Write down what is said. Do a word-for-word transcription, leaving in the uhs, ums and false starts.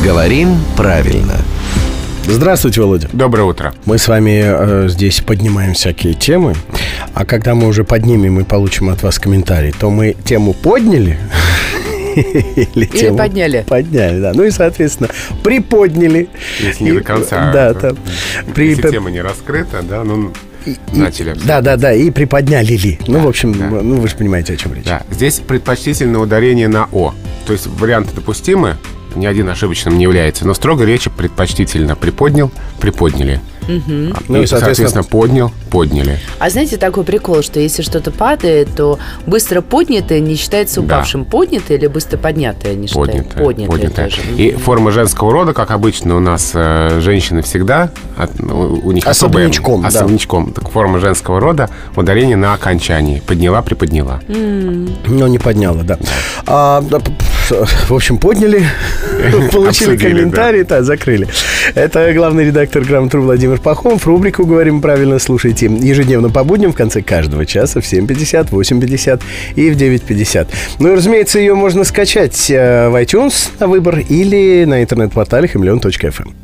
Говорим правильно. Здравствуйте, Володя. Доброе утро. Мы с вами э, здесь поднимаем всякие темы, а когда мы уже поднимем и получим от вас комментарий, то мы тему подняли или, или тему подняли. Подняли, да. Ну и, соответственно, приподняли. Если не и, до конца. Да, да. При... Если тема не раскрыта, да, ну... И, начали. Да, да, да, и приподняли ли. Ну, да, в общем, да. ну вы же понимаете, о чем речь. Да. Здесь предпочтительное ударение на «о». То есть варианты допустимы, ни один ошибочным не является. Но строго речи предпочтительно приподнял, приподняли. Угу. Ну, ну и, и, соответственно, поднял, подняли. А знаете, такой прикол, что если что-то падает, то быстро поднятое не считается упавшим. Да. Поднятое или быстро поднятое не считается? Поднятое. Поднятое, поднятое. даже. И форма женского рода, как обычно, у нас э, женщины всегда, от, у, у них особнячком. Особое, особнячком. Да. Так, форма женского рода, ударение на окончании. Подняла, приподняла. Mm. Но не подняла, да. А, в общем, подняли, получили комментарий, да, закрыли. Это главный редактор «Грамотру» Владимир Пахомов. Рубрику «Говорим правильно» слушайте ежедневно по будням в конце каждого часа в семь пятьдесят, восемь пятьдесят и в девять пятьдесят. Ну и, разумеется, ее можно скачать в iTunes на выбор или на интернет-портале хамелеон точка эф эм.